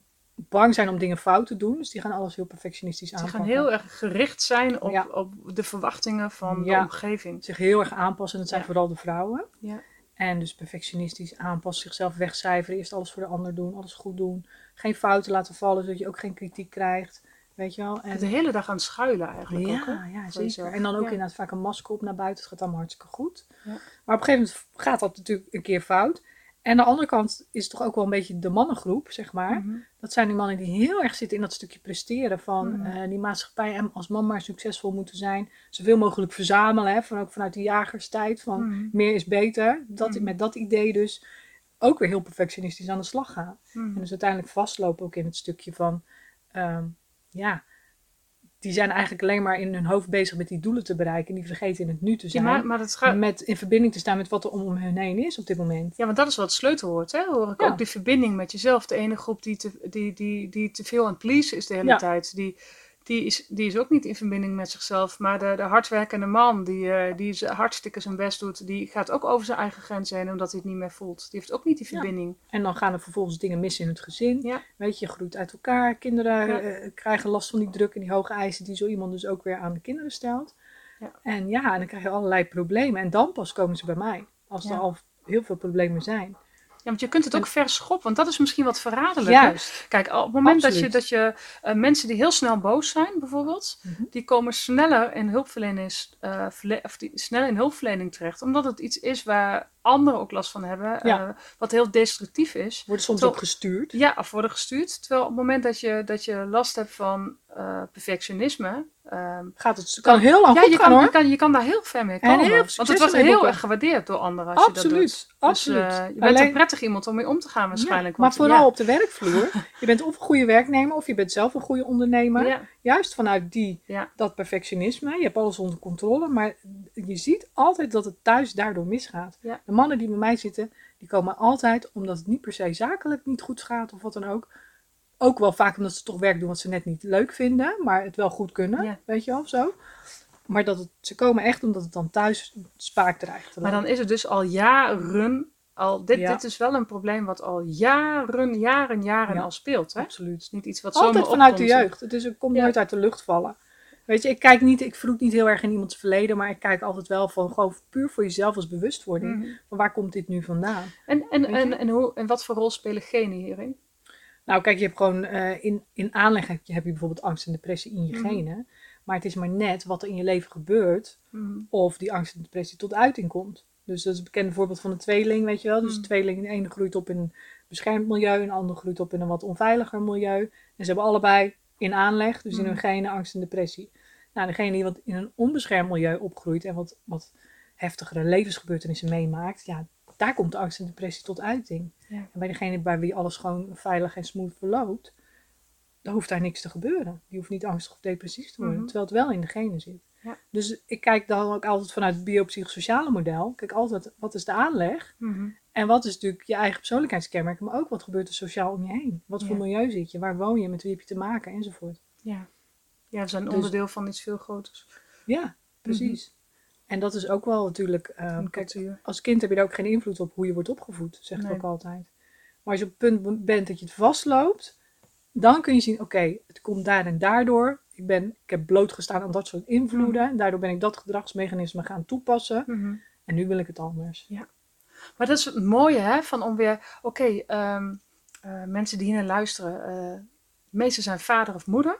bang zijn om dingen fout te doen. Dus die gaan alles heel perfectionistisch aanpakken. Die gaan heel erg gericht zijn op, ja. op de verwachtingen van ja. de omgeving. Zich heel erg aanpassen. En dat zijn ja. vooral de vrouwen. Ja. En dus perfectionistisch aanpassen, zichzelf wegcijferen. Eerst alles voor de ander doen, alles goed doen. Geen fouten laten vallen, zodat je ook geen kritiek krijgt. Weet je wel. En de hele dag aan het schuilen eigenlijk ja, ook. Hè? Ja, zeker. En dan ook ja. inderdaad vaak een masker op naar buiten. Het gaat allemaal hartstikke goed. Ja. Maar op een gegeven moment gaat dat natuurlijk een keer fout. En aan de andere kant is het toch ook wel een beetje de mannengroep, zeg maar. Mm-hmm. Dat zijn die mannen die heel erg zitten in dat stukje presteren. Van Mm-hmm. uh, die maatschappij en als man maar succesvol moeten zijn. Zoveel mogelijk verzamelen. Hè, van, ook vanuit de jagerstijd. Van Mm-hmm. meer is beter. Dat, Mm-hmm. Met dat idee dus ook weer heel perfectionistisch aan de slag gaan. Mm-hmm. En dus uiteindelijk vastlopen ook in het stukje van... Um, ja... Die zijn eigenlijk alleen maar in hun hoofd bezig met die doelen te bereiken. En die vergeten in het nu te zijn. Ja, maar, maar dat gaat... Met in verbinding te staan met wat er om hen heen is op dit moment. Ja, want dat is wat het sleutelwoord, hè? Hoor ik ja. ook. Die verbinding met jezelf. De ene groep die te, die, die, die te veel aan het pleasen is de hele ja. tijd. Die, die, is, die is ook niet in verbinding met zichzelf. Maar de, de hardwerkende man die, uh, die hartstikke zijn best doet. Die gaat ook over zijn eigen grens heen. Omdat hij het niet meer voelt. Die heeft ook niet die verbinding. Ja. En dan gaan er vervolgens dingen mis in het gezin. Ja. Weet je, je groeit uit elkaar. Kinderen ja. uh, krijgen last van die druk en die hoge eisen. Die zo iemand dus ook weer aan de kinderen stelt. Ja. En ja, en dan krijg je allerlei problemen. En dan pas komen ze bij mij. Als ja. er al heel veel problemen zijn. Ja, want je kunt het ook verschoppen, want dat is misschien wat verraderlijk. Juist. Kijk, op het moment Absoluut. dat je, dat je uh, mensen die heel snel boos zijn, bijvoorbeeld, mm-hmm. die komen sneller in hulpverlening, uh, verle- of die, sneller in hulpverlening terecht, omdat het iets is waar anderen ook last van hebben, ja. uh, wat heel destructief is. Worden soms terwijl, ook gestuurd. Ja, of worden gestuurd. Terwijl op het moment dat je, dat je last hebt van uh, perfectionisme, Um, Gaat het kan, kan heel lang ja, goed je gaan kan, hoor. Je kan, je kan daar heel ver mee komen. Heel want het wordt heel erg gewaardeerd door anderen als absoluut, je dat doet. Absoluut. Dus uh, je bent Alleen, een prettig iemand om mee om te gaan waarschijnlijk. Ja, maar want, vooral ja. op de werkvloer. Je bent of een goede werknemer of je bent zelf een goede ondernemer. Ja. Juist vanuit die, ja. dat perfectionisme. Je hebt alles onder controle. Maar je ziet altijd dat het thuis daardoor misgaat. Ja. De mannen die bij mij zitten, die komen altijd omdat het niet per se zakelijk niet goed gaat of wat dan ook. Ook wel vaak omdat ze toch werk doen wat ze net niet leuk vinden, maar het wel goed kunnen, ja. weet je wel, of zo. Maar dat het, ze komen echt omdat het dan thuis spaak dreigt. Maar dan is het dus al jaren, al, dit, ja. dit is wel een probleem wat al jaren, jaren, jaren ja. al speelt. Hè? Absoluut. Het is niet iets wat altijd zomaar vanuit opkomt. de jeugd. Het, is, het komt ja. nooit uit de lucht vallen. Weet je, ik kijk niet, ik vroeg niet heel erg in iemands verleden, maar ik kijk altijd wel van gewoon puur voor jezelf als bewustwording. Mm. Van waar komt dit nu vandaan? En, en, en, en, hoe, en wat voor rol spelen genen hierin? Nou, kijk, je hebt gewoon uh, in, in aanleg heb je, heb je bijvoorbeeld angst en depressie in je mm. genen. Maar het is maar net wat er in je leven gebeurt, mm. of die angst en depressie tot uiting komt. Dus dat is een bekend voorbeeld van een tweeling, weet je wel. Dus mm. de tweeling, de ene groeit op in een beschermd milieu, en de andere groeit op in een wat onveiliger milieu. En ze hebben allebei in aanleg, dus mm. in hun genen angst en depressie. Nou, degene die wat in een onbeschermd milieu opgroeit en wat, wat heftigere levensgebeurtenissen meemaakt, ja, daar komt de angst en depressie tot uiting. Ja. En bij degene bij wie alles gewoon veilig en smooth verloopt, dan hoeft daar niks te gebeuren. Die hoeft niet angstig of depressief te worden, mm-hmm. terwijl het wel in de genen zit. Ja. Dus ik kijk dan ook altijd vanuit het biopsychosociale model. Kijk altijd, wat is de aanleg? Mm-hmm. En wat is natuurlijk je eigen persoonlijkheidskenmerken, maar ook wat gebeurt er sociaal om je heen? Wat voor ja. milieu zit je? Waar woon je? Met wie heb je te maken? Enzovoort. Ja, ja we zijn dus, onderdeel van iets veel groters. Ja, precies. Mm-hmm. En dat is ook wel natuurlijk, uh, kijk, als kind heb je daar ook geen invloed op hoe je wordt opgevoed, zeg ik nee. ook altijd. Maar als je op het punt bent dat je het vastloopt, dan kun je zien, oké, okay, het komt daar en daardoor. Ik, ben, ik heb blootgestaan aan dat soort invloeden. Mm-hmm. Daardoor ben ik dat gedragsmechanisme gaan toepassen. Mm-hmm. En nu wil ik het anders. Ja. Maar dat is het mooie, hè, van om weer, oké, okay, um, uh, mensen die hier naar luisteren, uh, de meeste zijn vader of moeder.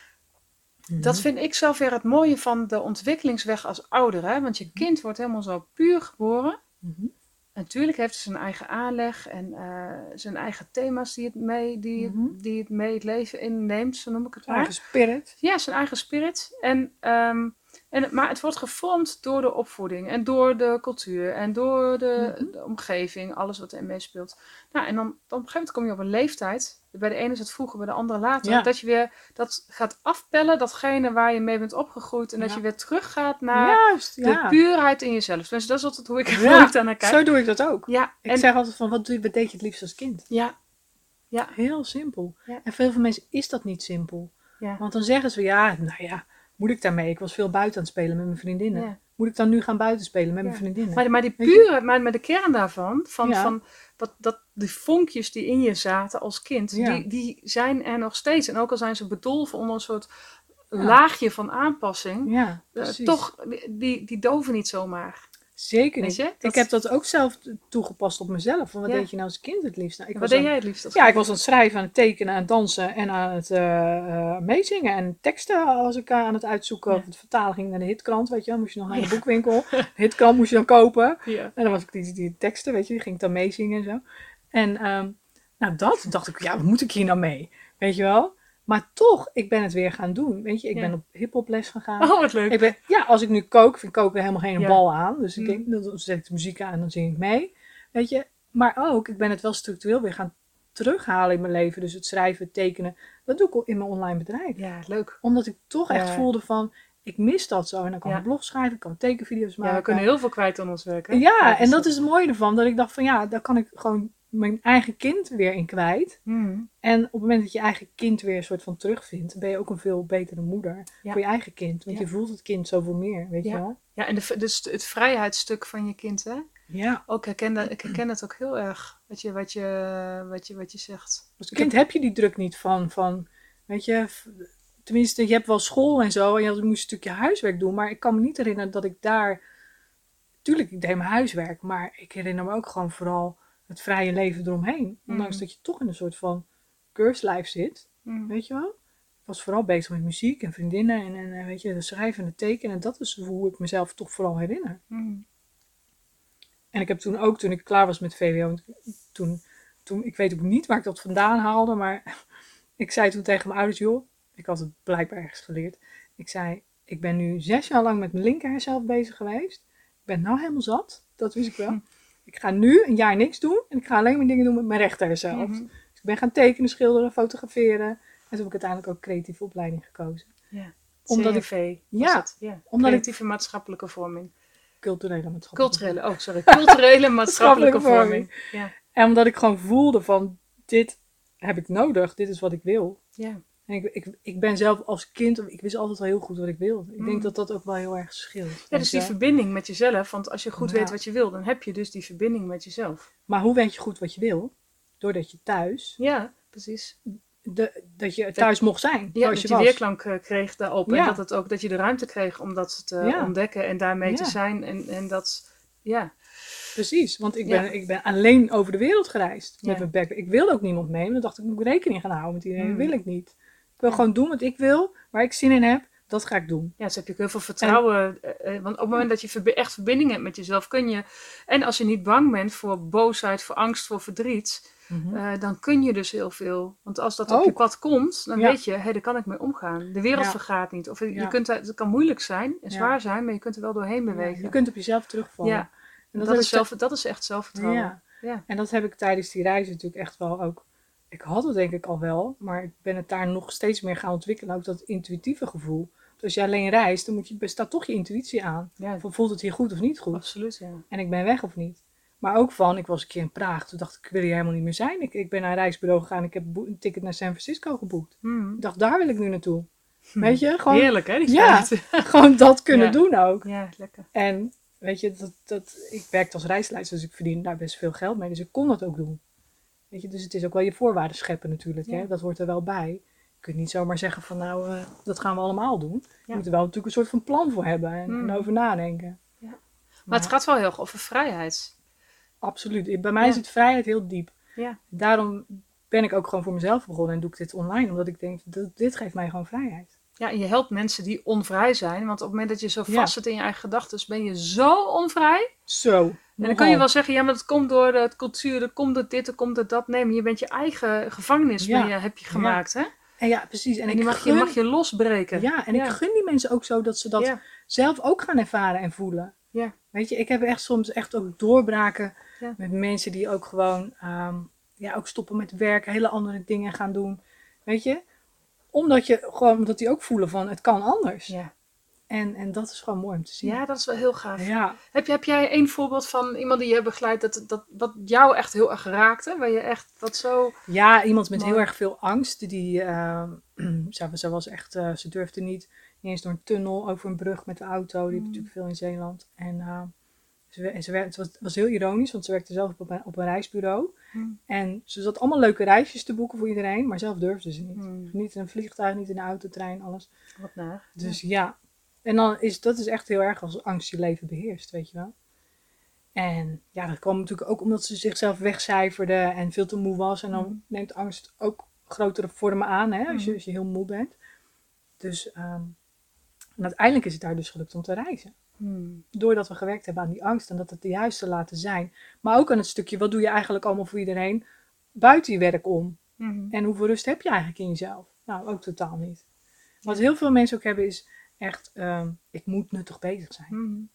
Mm-hmm. Dat vind ik zelf weer het mooie van de ontwikkelingsweg als ouder. Hè? Want je kind wordt helemaal zo puur geboren. Mm-hmm. En natuurlijk heeft hij zijn eigen aanleg en uh, zijn eigen thema's die het mee, die, mm-hmm. die het mee het leven inneemt, zo noem ik het maar. Eigen spirit. Ja, zijn eigen spirit. En um, En, maar het wordt gevormd door de opvoeding en door de cultuur en door de, Mhm. de omgeving, alles wat er meespeelt. Nou, en dan, dan op een gegeven moment kom je op een leeftijd, bij de ene is het vroeger, bij de andere later, Ja. dat je weer dat gaat afpellen, datgene waar je mee bent opgegroeid en dat Ja. je weer teruggaat naar Juist, de ja. puurheid in jezelf. Dus dat is altijd hoe ik, Ja, hoe ik daar naar kijk. Zo doe ik dat ook. Ja, Ik en, zeg altijd van, wat, doe je, wat deed je het liefst als kind? ja, ja, Heel simpel. Ja. En veel van mensen is dat niet simpel. ja, Want dan zeggen ze, ja, nou ja, moet ik daarmee? Ik was veel buiten aan het spelen met mijn vriendinnen. ja. Moet ik dan nu gaan buiten spelen met Ja. mijn vriendinnen? Maar, maar die Weet je? pure, maar, maar de kern daarvan, van, Ja. van wat, dat, die vonkjes die in je zaten als kind, Ja. die, die zijn er nog steeds. En ook al zijn ze bedolven onder een soort Ja. laagje van aanpassing, Ja, eh, precies. toch, die, die doven niet zomaar. Zeker Weet niet. je? Ik Dat- heb dat ook zelf toegepast op mezelf. Van wat Ja. deed je nou als kind het liefst? Nou, ik Wat was deed aan- jij het liefst? als Ja, ik kind? was aan het schrijven, aan het tekenen, aan het dansen en aan het eh, eh, meezingen. En teksten was ik eh, aan het uitzoeken. Ja. Of het vertalen ging naar de hitkrant, weet je wel. Moest je nog naar de Ja. boekwinkel. De hitkrant moest je dan kopen. Ja. En dan was ik die, die teksten, weet je, die ging ik dan meezingen en zo. En ehm, nou dat, dacht ik, ja, wat moet ik hier nou mee? Weet je wel? Maar toch, ik ben het weer gaan doen. Weet je, ik Ja. ben op hiphoples gegaan. Oh, wat leuk. Ik ben, ja, als ik nu kook, vind koken helemaal geen Ja. bal aan. Dus ik Mm. denk, dan zet ik de muziek aan en dan zing ik mee. Weet je, maar ook, ik ben het wel structureel weer gaan terughalen in mijn leven. Dus het schrijven, het tekenen, dat doe ik in mijn online bedrijf. Ja, leuk. Omdat ik toch echt Ja. voelde van, ik mis dat zo. En dan kan Ja. ik blog schrijven, ik kan tekenvideo's maken. Ja, we kunnen heel veel kwijt aan ons werk. Hè? Ja, en dat dus is het mooie ervan. Dat ik dacht van, ja, daar kan ik gewoon mijn eigen kind weer in kwijt. Hmm. En op het moment dat je eigen kind weer een soort van terugvindt, ben je ook een veel betere moeder Ja. voor je eigen kind. Want Ja. je voelt het kind zoveel meer, weet Ja. je wel? Ja, en de, dus het vrijheidsstuk van je kind, hè? Ja. Ook herken dat, ik herken het ook heel erg, wat je, wat je, wat je, wat je zegt. Als kind heb je die druk niet van, van weet je, v- tenminste, je hebt wel school en zo en je had- moest een stukje huiswerk doen, maar ik kan me niet herinneren dat ik daar, tuurlijk, ik deed mijn huiswerk, maar ik herinner me ook gewoon vooral het vrije leven eromheen. Ondanks Mm. dat je toch in een soort van keurslijf zit, Hmm. weet je wel. Ik was vooral bezig met muziek en vriendinnen en, en eh, weet je, de schrijven en het tekenen. En dat is hoe ik mezelf toch vooral herinner. Hmm. En ik heb toen ook, toen ik klaar was met V W O, toen, toen, ik weet ook niet waar ik dat vandaan haalde, maar ik zei toen tegen mijn ouders, joh, ik had het blijkbaar ergens geleerd. Ik zei, ik ben nu zes jaar lang met mijn linker zelf bezig geweest. Ik ben nou helemaal zat, dat wist ik wel. Hm. Ik ga nu een jaar niks doen en ik ga alleen maar dingen doen met mijn rechter zelf. Mhm. Dus ik ben gaan tekenen, schilderen, fotograferen. En toen heb ik uiteindelijk ook creatieve opleiding gekozen. Ja. Omdat ik- C N V was Ja, het. ja. omdat ik- Creatieve maatschappelijke vorming. Culturele maatschappelijke. Culturele, oh sorry. Culturele maatschappelijke Maatschappelijke vorming. Ja. En omdat ik gewoon voelde van, dit heb ik nodig, dit is wat ik wil. Ja. En ik, ik, ik ben zelf als kind, ik wist altijd wel heel goed wat ik wilde. Ik denk Mm. dat dat ook wel heel erg scheelt. Ja, weet dus je die wel. verbinding met jezelf. Want als je goed Ja. weet wat je wil, dan heb je dus die verbinding met jezelf. Maar hoe weet je goed wat je wil? Doordat je thuis, Ja, precies. de, dat je thuis mocht zijn, Ja, zoals dat je je was. weerklank eh, kreeg daarop. En Ja. dat, het ook, dat je de ruimte kreeg om dat te Ja. ontdekken en daarmee te Ja. zijn. En, en dat, ja. Precies, want ik Ja. ben, ik ben alleen over de wereld gereisd met Ja. mijn backpack. Ik wilde ook niemand mee, maar dan dacht ik, moet ik rekening gaan houden met iedereen. Mm. Dat wil ik niet. Ik wil Ja. gewoon doen wat ik wil, waar ik zin in heb, dat ga ik doen. Ja, dus heb je ook heel veel vertrouwen. eh, eh, want op het moment dat je verbi- echt verbinding hebt met jezelf, kun je. En als je niet bang bent voor boosheid, voor angst, voor verdriet, eh, dan kun je dus heel veel. Want als dat op je Ook. pad komt, dan Ja. weet je, hé, daar kan ik mee omgaan. De wereld Ja. vergaat niet. Of je Ja. kunt, er- het kan moeilijk zijn en Ja. zwaar zijn, maar je kunt er wel doorheen Ja, bewegen. je kunt op jezelf terugvallen. Ja. En dat, heb is ik zelf, dat is echt zelfvertrouwen. Ja. Ja. En dat heb ik tijdens die reis natuurlijk echt wel ook. Ik had het denk ik al wel, maar ik ben het daar nog steeds meer gaan ontwikkelen. Ook dat intuïtieve gevoel. Dus als je alleen reist, dan moet je, bestaat toch je intuïtie aan. Ja, Van, voelt het hier goed of niet goed? absoluut. Ja. En ik ben weg of niet? Maar ook van, ik was een keer in Praag. Toen dacht ik, ik wil hier helemaal niet meer zijn. Ik, ik ben naar een reisbureau gegaan. Ik heb boe- een ticket naar San Francisco geboekt. Hmm. Ik dacht, daar wil ik nu naartoe. Weet je, gewoon, Heerlijk, hè? Die Ja. vrijheid. gewoon dat kunnen Ja. doen ook. Ja, lekker. En weet je, dat, dat, ik werkte als reisleider, dus ik verdien daar best veel geld mee. Dus ik kon dat ook doen. Weet je, dus het is ook wel je voorwaarden scheppen natuurlijk. Ja. Hè? Dat hoort er wel bij. Je kunt niet zomaar zeggen van nou, eh, dat gaan we allemaal doen. Je Ja. moet er wel natuurlijk een soort van plan voor hebben en, Mm. en over nadenken. Ja. Maar het gaat wel heel erg over vrijheid. Absoluut. Bij mij Ja. zit vrijheid heel diep. Ja. Daarom ben ik ook gewoon voor mezelf begonnen en doe ik dit online. Omdat ik denk, dat, dit geeft mij gewoon vrijheid. Ja, en je helpt mensen die onvrij zijn. Want op het moment dat je zo Ja. vast zit in je eigen gedachten, ben je zo onvrij. Zo. En dan kun je wel zeggen, ja, maar dat komt door de cultuur, dat komt door dit, dat komt door dat. Nee, maar je bent je eigen gevangenis Ja. ben je, heb je gemaakt, hè? En ja, precies. En, En ik die mag, gun, je, mag je losbreken. Ja, en Ja. ik gun die mensen ook zo dat ze dat Ja. zelf ook gaan ervaren en voelen. Ja. Weet je, ik heb echt soms echt ook doorbraken Ja. met mensen die ook gewoon um, ja, ook stoppen met werk, hele andere dingen gaan doen. Weet je, omdat je gewoon, omdat die ook voelen van het kan anders. Ja. En, en dat is gewoon mooi om te zien. Ja, dat is wel heel gaaf. Ja. Heb, je, heb jij één voorbeeld van iemand die je begeleidt dat, dat wat jou echt heel erg raakte? Waar je echt wat zo... Ja, iemand met Mooi. heel erg veel angst. Die, uh, ze, ze was echt, uh, ze durfde niet, niet eens door een tunnel over een brug met de auto. Die mm. heeft natuurlijk veel in Zeeland. En uh, ze, ze werd, het was, was heel ironisch, want ze werkte zelf op een, op een reisbureau. Mm. En ze zat allemaal leuke reisjes te boeken voor iedereen, maar zelf durfde ze niet. Mm. Niet in een vliegtuig, niet in een autotrein, alles. Wat naar. Dus ja. ja. En dan is dat is echt heel erg als angst je leven beheerst, weet je wel. En ja, dat kwam natuurlijk ook omdat ze zichzelf wegcijferde en veel te moe was. En dan mm. neemt angst ook grotere vormen aan, hè, als, je, als je heel moe bent. Dus um, en uiteindelijk is het daar dus gelukt om te reizen. Mm. Doordat we gewerkt hebben aan die angst en dat het de juiste laten zijn. Maar ook aan het stukje, wat doe je eigenlijk allemaal voor iedereen buiten je werk om? Mm. En hoeveel rust heb je eigenlijk in jezelf? Nou, ook totaal niet. Wat heel veel mensen ook hebben is echt, um, ik moet nuttig bezig zijn. Mm.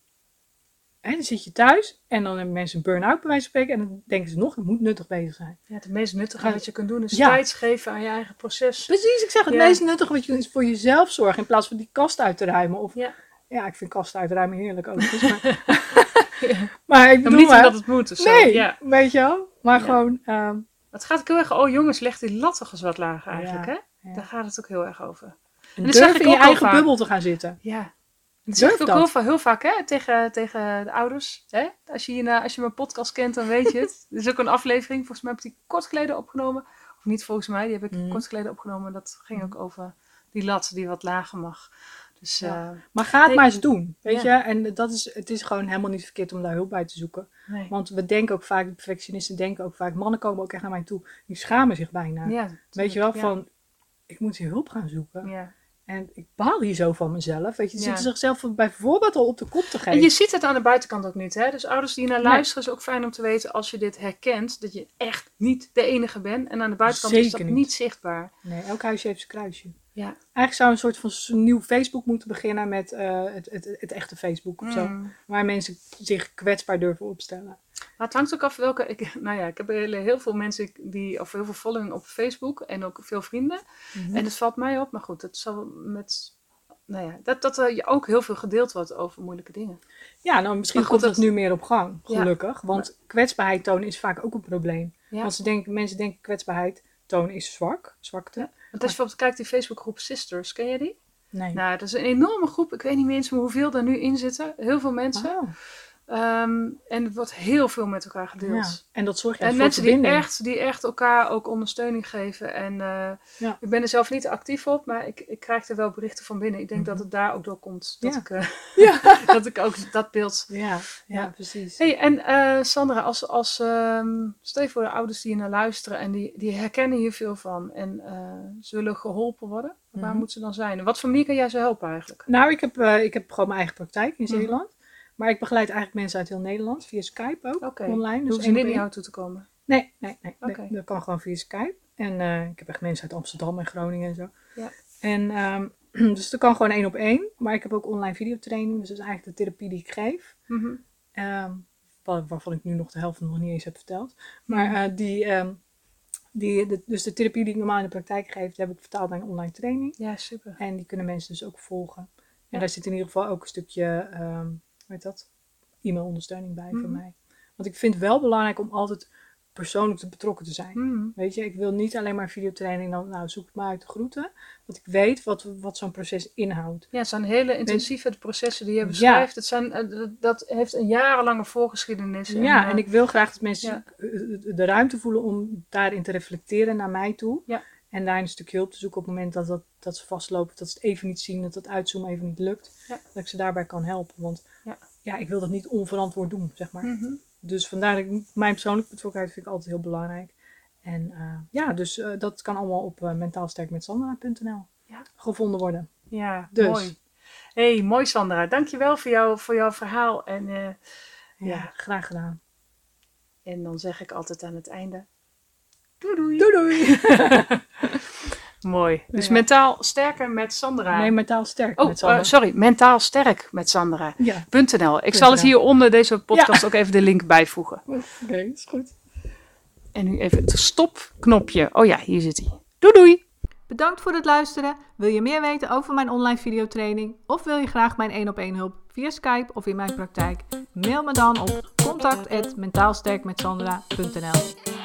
En dan zit je thuis en dan hebben mensen een burn-out bij wijze van spreken. En dan denken ze nog, ik moet nuttig bezig zijn. Ja, het meest nuttige wat je kunt doen is ja. tijd geven aan je eigen proces. Precies, ik zeg het ja. meest nuttige wat je is voor jezelf zorgen. In plaats van die kast uit te ruimen. Of, ja. ja, ik vind kasten uitruimen heerlijk ook. Dus maar, ja. maar ik bedoel niet maar, omdat het moet of zo. Nee, ja. weet je wel. Maar ja. gewoon... Um, het gaat ook heel erg, oh jongens, leg die lat toch eens wat lager eigenlijk, ja. hè? Ja. Daar gaat het ook heel erg over. En durf in je eigen bubbel te gaan zitten. Ja. Dat zeg ik ook heel, heel vaak hè, tegen, tegen de ouders. Hè? Als, je hier, als je mijn podcast kent, dan weet je het. Er is ook een aflevering, volgens mij heb ik die kort geleden opgenomen. Of niet volgens mij, die heb ik mm. kort geleden opgenomen. Dat ging mm. ook over die lat die wat lager mag. Dus, ja. uh, maar ga het nee, maar eens doen, weet ja. je. En dat is, het is gewoon helemaal niet verkeerd om daar hulp bij te zoeken. Nee. Want we denken ook vaak, de perfectionisten denken ook vaak, mannen komen ook echt naar mij toe, die schamen zich bijna. Ja, weet je wel, ja. van, ik moet hier hulp gaan zoeken. Ja. En ik baal hier zo van mezelf. Weet je, ze ja. zitten zichzelf bijvoorbeeld al op de kop te geven. En je ziet het aan de buitenkant ook niet. Hè? Dus ouders die naar luisteren, nee. is ook fijn om te weten als je dit herkent. Dat je echt niet de enige bent. En aan de buitenkant Zeker is dat niet. niet zichtbaar. Nee, elk huisje heeft zijn kruisje. Ja. Eigenlijk zou een soort van nieuw Facebook moeten beginnen met uh, het, het, het echte Facebook of zo. Mm. Waar mensen zich kwetsbaar durven opstellen. Maar het hangt ook af welke... Ik, nou ja, ik heb heel, heel veel mensen die... Of heel veel following op Facebook. En ook veel vrienden. Mm-hmm. En het valt mij op. Maar goed, het zal met... Nou ja, dat, dat er ook heel veel gedeeld wordt over moeilijke dingen. Ja, nou misschien goed, komt dat nu meer op gang. Gelukkig. Ja. Want maar, kwetsbaarheid tonen is vaak ook een probleem. Ja. Want ze denken, mensen denken kwetsbaarheid tonen is zwak. Zwakte. Ja. Want als je bijvoorbeeld kijkt die Facebookgroep Sisters. Ken jij die? Nee. Nou, dat is een enorme groep. Ik weet niet meer eens hoeveel er nu in zitten. Heel veel mensen. Oh. Um, en er wordt heel veel met elkaar gedeeld. Ja, en dat zorgt en voor mensen die echt, die echt elkaar ook ondersteuning geven. En uh, ja. ik ben er zelf niet actief op, maar ik, ik krijg er wel berichten van binnen. Ik denk mm-hmm. dat het daar ook door komt. Dat, ja. ik, uh, ja. dat ik ook dat beeld... Ja, ja, ja. precies. Hey, en uh, Sandra, als, als um, stel je voor de ouders die hier naar luisteren en die, die herkennen hier veel van. En uh, ze willen geholpen worden. Waar mm-hmm. moeten ze dan zijn? Wat voor manier kan jij ze helpen eigenlijk? Nou, ik heb, uh, ik heb gewoon mijn eigen praktijk in Zeeland. Mm-hmm. Maar ik begeleid eigenlijk mensen uit heel Nederland, via Skype ook, okay. online. Dus hoeven ze niet naar jou toe te komen? Nee, nee, nee. Okay. Dat kan gewoon via Skype. En uh, ik heb echt mensen uit Amsterdam en Groningen en zo. Ja. En um, dus dat kan gewoon één op één. Maar ik heb ook online videotraining, dus dat is eigenlijk de therapie die ik geef. Mm-hmm. Um, waar, waarvan ik nu nog de helft nog niet eens heb verteld. Maar uh, die, um, die de, dus de therapie die ik normaal in de praktijk geef, die heb ik vertaald naar een online training. Ja, super. En die kunnen mensen dus ook volgen. En ja. daar zit in ieder geval ook een stukje... Um, weet dat, e-mailondersteuning bij mm-hmm. voor mij. Want ik vind het wel belangrijk om altijd persoonlijk te betrokken te zijn. Mm-hmm. Weet je, ik wil niet alleen maar videotraining, dan nou zoek het maar uit de groeten. Want ik weet wat, wat zo'n proces inhoudt. Ja, het zijn hele intensieve Weet... processen die je beschrijft. Ja. Het zijn, dat heeft een jarenlange voorgeschiedenis. En, ja, uh, en ik wil graag dat mensen ja. de ruimte voelen om daarin te reflecteren naar mij toe. Ja. En daar een stukje hulp te zoeken op het moment dat, dat, dat ze vastlopen, dat ze het even niet zien, dat het uitzoomen even niet lukt. Ja. Dat ik ze daarbij kan helpen. Want ja. ja, ik wil dat niet onverantwoord doen, zeg maar. Mm-hmm. Dus vandaar dat ik, mijn persoonlijke betrokkenheid vind ik altijd heel belangrijk. En uh, ja, dus uh, dat kan allemaal op uh, mentaalsterkmetsandra punt n l ja. gevonden worden. Ja, dus. mooi. Hey, mooi Sandra. Dankjewel voor, jou, voor jouw verhaal. En, uh, ja, ja, graag gedaan. En dan zeg ik altijd aan het einde... Doei doei. Doei doei. Mooi. Dus Ja. mentaal sterker met Sandra. Nee, mentaal sterk. oh, met z'n allen. uh, sorry. Mentaal sterk met Sandra. Ja, .nl. Ik zal het hieronder deze podcast Ja. ook even de link bijvoegen. oké, okay, is goed. En nu even het stopknopje. Oh ja, hier zit hij. Doei doei! Bedankt voor het luisteren. Wil je meer weten over mijn online videotraining? Of wil je graag mijn één op één hulp via Skype of in mijn praktijk? Mail me dan op contact at mentaalsterkmetsandra punt n l.